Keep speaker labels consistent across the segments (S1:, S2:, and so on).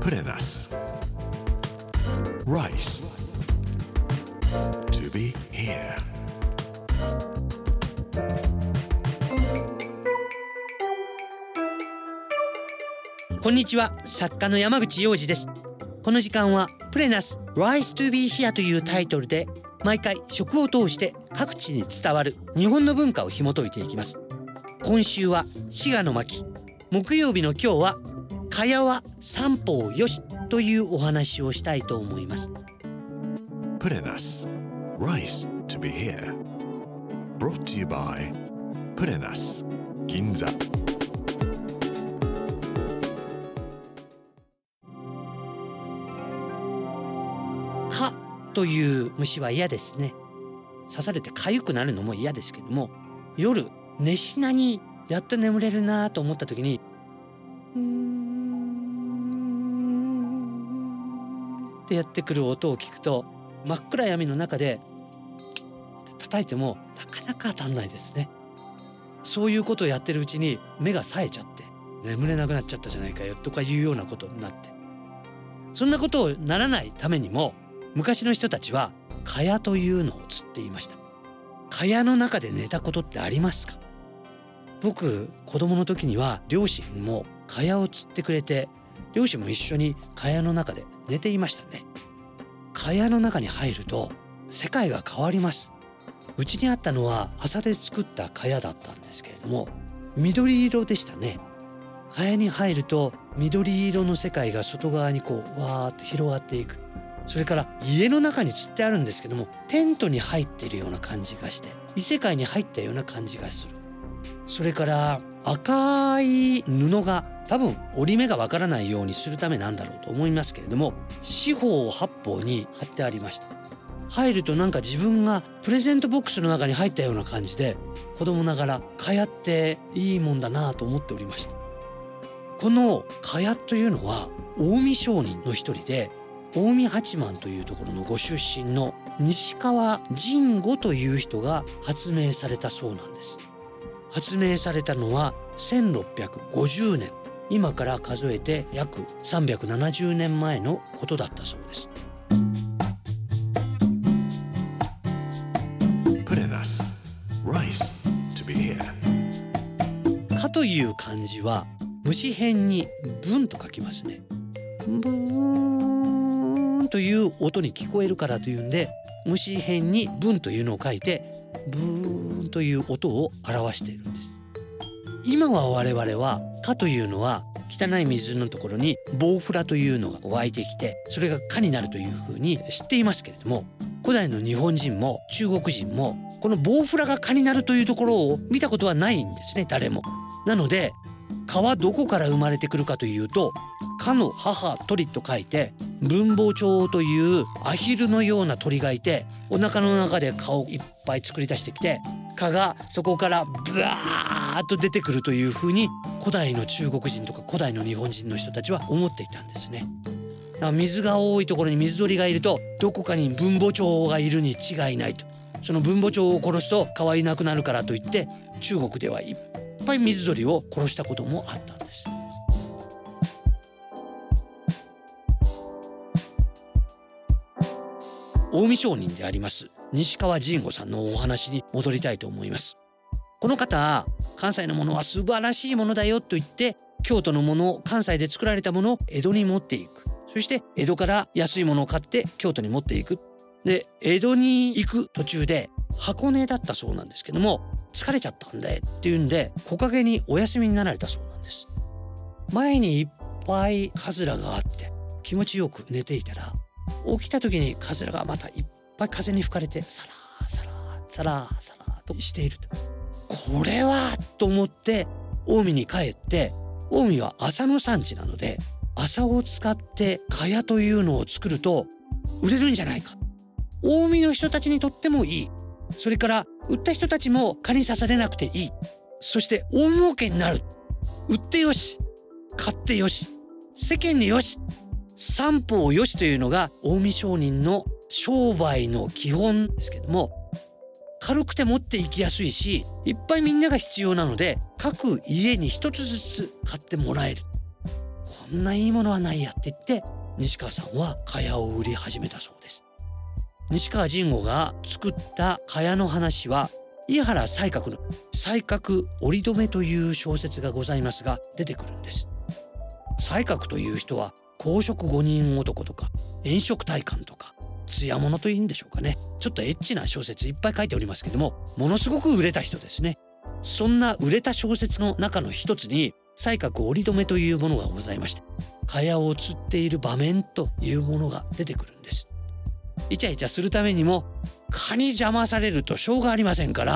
S1: プレナス Rice to be here。
S2: こんにちは、作家の山口洋二です。この時間はプレナス Rice to be here というタイトルで毎回食を通して各地に伝わる日本の文化を紐解いていきます。今週は滋賀の巻、木曜日の今日はかやは三方よしというお話をしたいと思います。
S1: プレナス Rice to be here Brought to you by プレナス銀座。
S2: 蚊という虫は嫌ですね。刺されて痒くなるのも嫌ですけども、夜寝しなにやっと眠れるなと思った時にってやってくる音を聞くと、真っ暗闇の中で叩いてもなかなか当たんないですね。そういうことをやってるうちに目が冴えちゃって眠れなくなっちゃったじゃないかよとかいうようなことになって、そんなことをならないためにも昔の人たちは蚊帳というのを釣っていました。蚊帳の中で寝たことってありますか？僕子供の時には両親も蚊帳を釣ってくれて、両親も一緒に蚊帳の中で寝ていましたね。蚊帳の中に入ると世界が変わります。うちにあったのは麻で作った蚊帳だったんですけれども、緑色でしたね。蚊帳に入ると緑色の世界が外側にこうわーって広がっていく。それから家の中に吊ってあるんですけども、テントに入っているような感じがして異世界に入ったような感じがする。それから赤い布が多分折り目がわからないようにするためなんだろうと思いますけれども、四方八方に貼ってありました。入るとなんか自分がプレゼントボックスの中に入ったような感じで、子供ながら蚊帳っていいもんだなと思っておりました。この蚊帳というのは近江商人の一人で、近江八幡というところのご出身の西川甚吾という人が発明されたそうなんです。発明されたのは1650年、今から数えて約370年前のことだったそうです。
S1: プレナス Rice to be here。
S2: 蚊という漢字は虫辺に文と書きますね。ブーンという音に聞こえるからというんで、虫辺に文というのを書いてブーンという音を表しているんです。今は我々は蚊というのは汚い水のところにボウフラというのが湧いてきて、それが蚊になるというふうに知っていますけれども、古代の日本人も中国人もこのボウフラが蚊になるというところを見たことはないんですね、誰も。なので蚊はどこから生まれてくるかというと、蚊の母鳥と書いて分母鳥というアヒルのような鳥がいて、お腹の中で蚊をいっぱい作り出してきて、蚊がそこからブワーッと出てくるというふうに古代の中国人とか古代の日本人の人たちは思っていたんですね。だから水が多いところに水鳥がいると、どこかに分母鳥がいるに違いないと。その分母鳥を殺すと蚊はいなくなるからといって、中国ではいっぱい水鳥を殺したこともあったんです。近江商人であります西川甚吾さんのお話に戻りたいと思います。この方、関西のものは素晴らしいものだよと言って、京都のものを、関西で作られたものを江戸に持っていく。そして江戸から安いものを買って京都に持っていく。で、江戸に行く途中で箱根だったそうなんですけども、疲れちゃったんでっていうんで木陰にお休みになられたそうなんです。前にいっぱいカズラがあって気持ちよく寝ていたら、起きた時にカズラがまたいっぱい風に吹かれてサラーサラーサラーサラーとしていると。これはと思って近江に帰って、近江は麻の産地なので麻を使って蚊帳というのを作ると売れるんじゃないか。近江の人たちにとってもいい。それから売った人たちも蚊に刺されなくていい。そして大儲けになる。売ってよし、買ってよし、世間によし、三方よしというのが近江商人の商売の基本ですけども、軽くて持っていきやすいし、いっぱいみんなが必要なので各家に一つずつ買ってもらえる。こんないいものはないやって言って西川さんは蚊帳を売り始めたそうです。西川甚吾が作った蚊帳の話は井原西鶴の西鶴織留という小説がございますが出てくるんです。西鶴という人は公職5人男とか炎色体感とか艶物というんでしょうかね、ちょっとエッチな小説いっぱい書いておりますけども、ものすごく売れた人ですね。そんな売れた小説の中の一つに西鶴織留というものがございまして、蚊帳を釣っている場面というものが出てくるんです。イチャイチャするためにも蚊に邪魔されるとしょうがありませんから、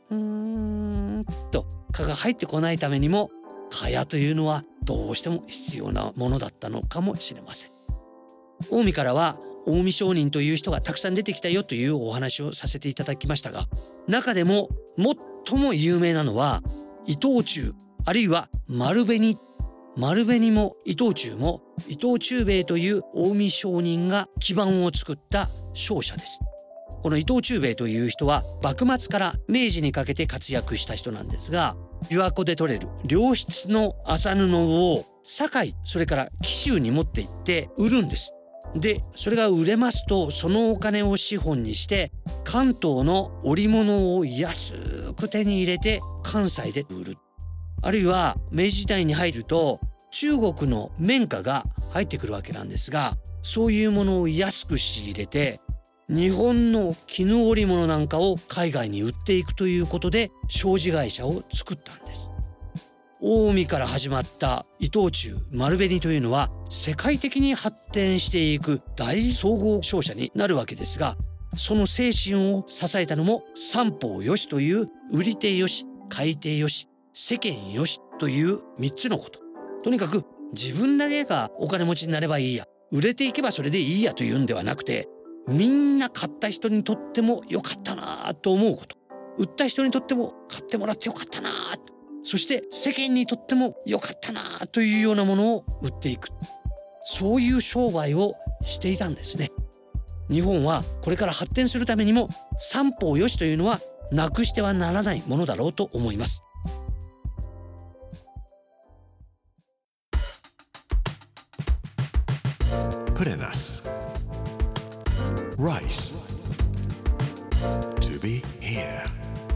S2: と蚊が入ってこないためにも蚊帳というのはどうしても必要なものだったのかもしれません。近江からは近江商人という人がたくさん出てきたよというお話をさせていただきましたが、中でも最も有名なのは伊藤忠あるいは丸紅。丸紅も伊藤忠も伊藤忠兵衛という近江商人が基盤を作った商社です。この伊藤忠兵衛という人は幕末から明治にかけて活躍した人なんですが、琵琶湖で採れる良質の麻布を堺それから紀州に持って行って売るんです。でそれが売れますとそのお金を資本にして関東の織物を安く手に入れて関西で売る。あるいは明治時代に入ると中国の綿花が入ってくるわけなんですが、そういうものを安く仕入れて日本の絹織物なんかを海外に売っていくということで商事会社を作ったんです。近江から始まった伊藤忠丸紅というのは世界的に発展していく大総合商社になるわけですが、その精神を支えたのも三方よしという売り手よし買い手よし世間よしという3つのこと。とにかく自分だけがお金持ちになればいいや、売れていけばそれでいいやというんではなくて、みんな買った人にとっても良かったなと思うこと、売った人にとっても買ってもらって良かったな、そして世間にとっても良かったなというようなものを売っていく、そういう商売をしていたんですね。日本はこれから発展するためにも三方よしというのはなくしてはならないものだろうと思います。
S1: Put in us rice to be here.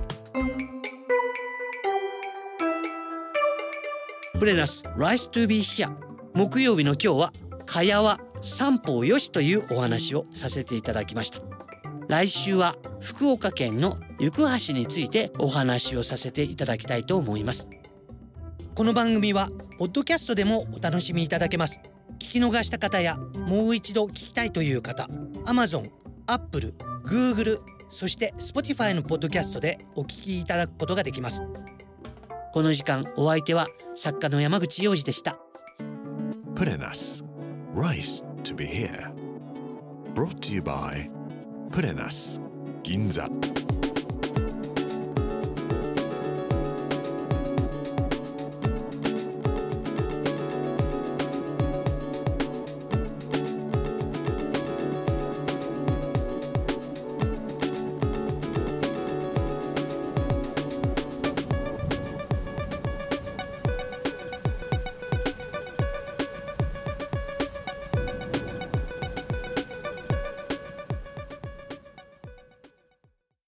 S2: プレナス Rice to be here。 木曜日の今日は蚊帳は三方よしというお話をさせていただきました。来週は福岡県の行橋についてお話をさせていただきたいと思います。この番組はポッドキャストでもお楽しみいただけます。聞き逃した方やもう一度聞きたいという方、 Amazon、Apple、Google、そして Spotify のポッドキャストでお聞きいただくことができます。この時間お相手は作家の山口洋二でした。
S1: Put in us rice to be here. Brought to you by Put in us 銀座。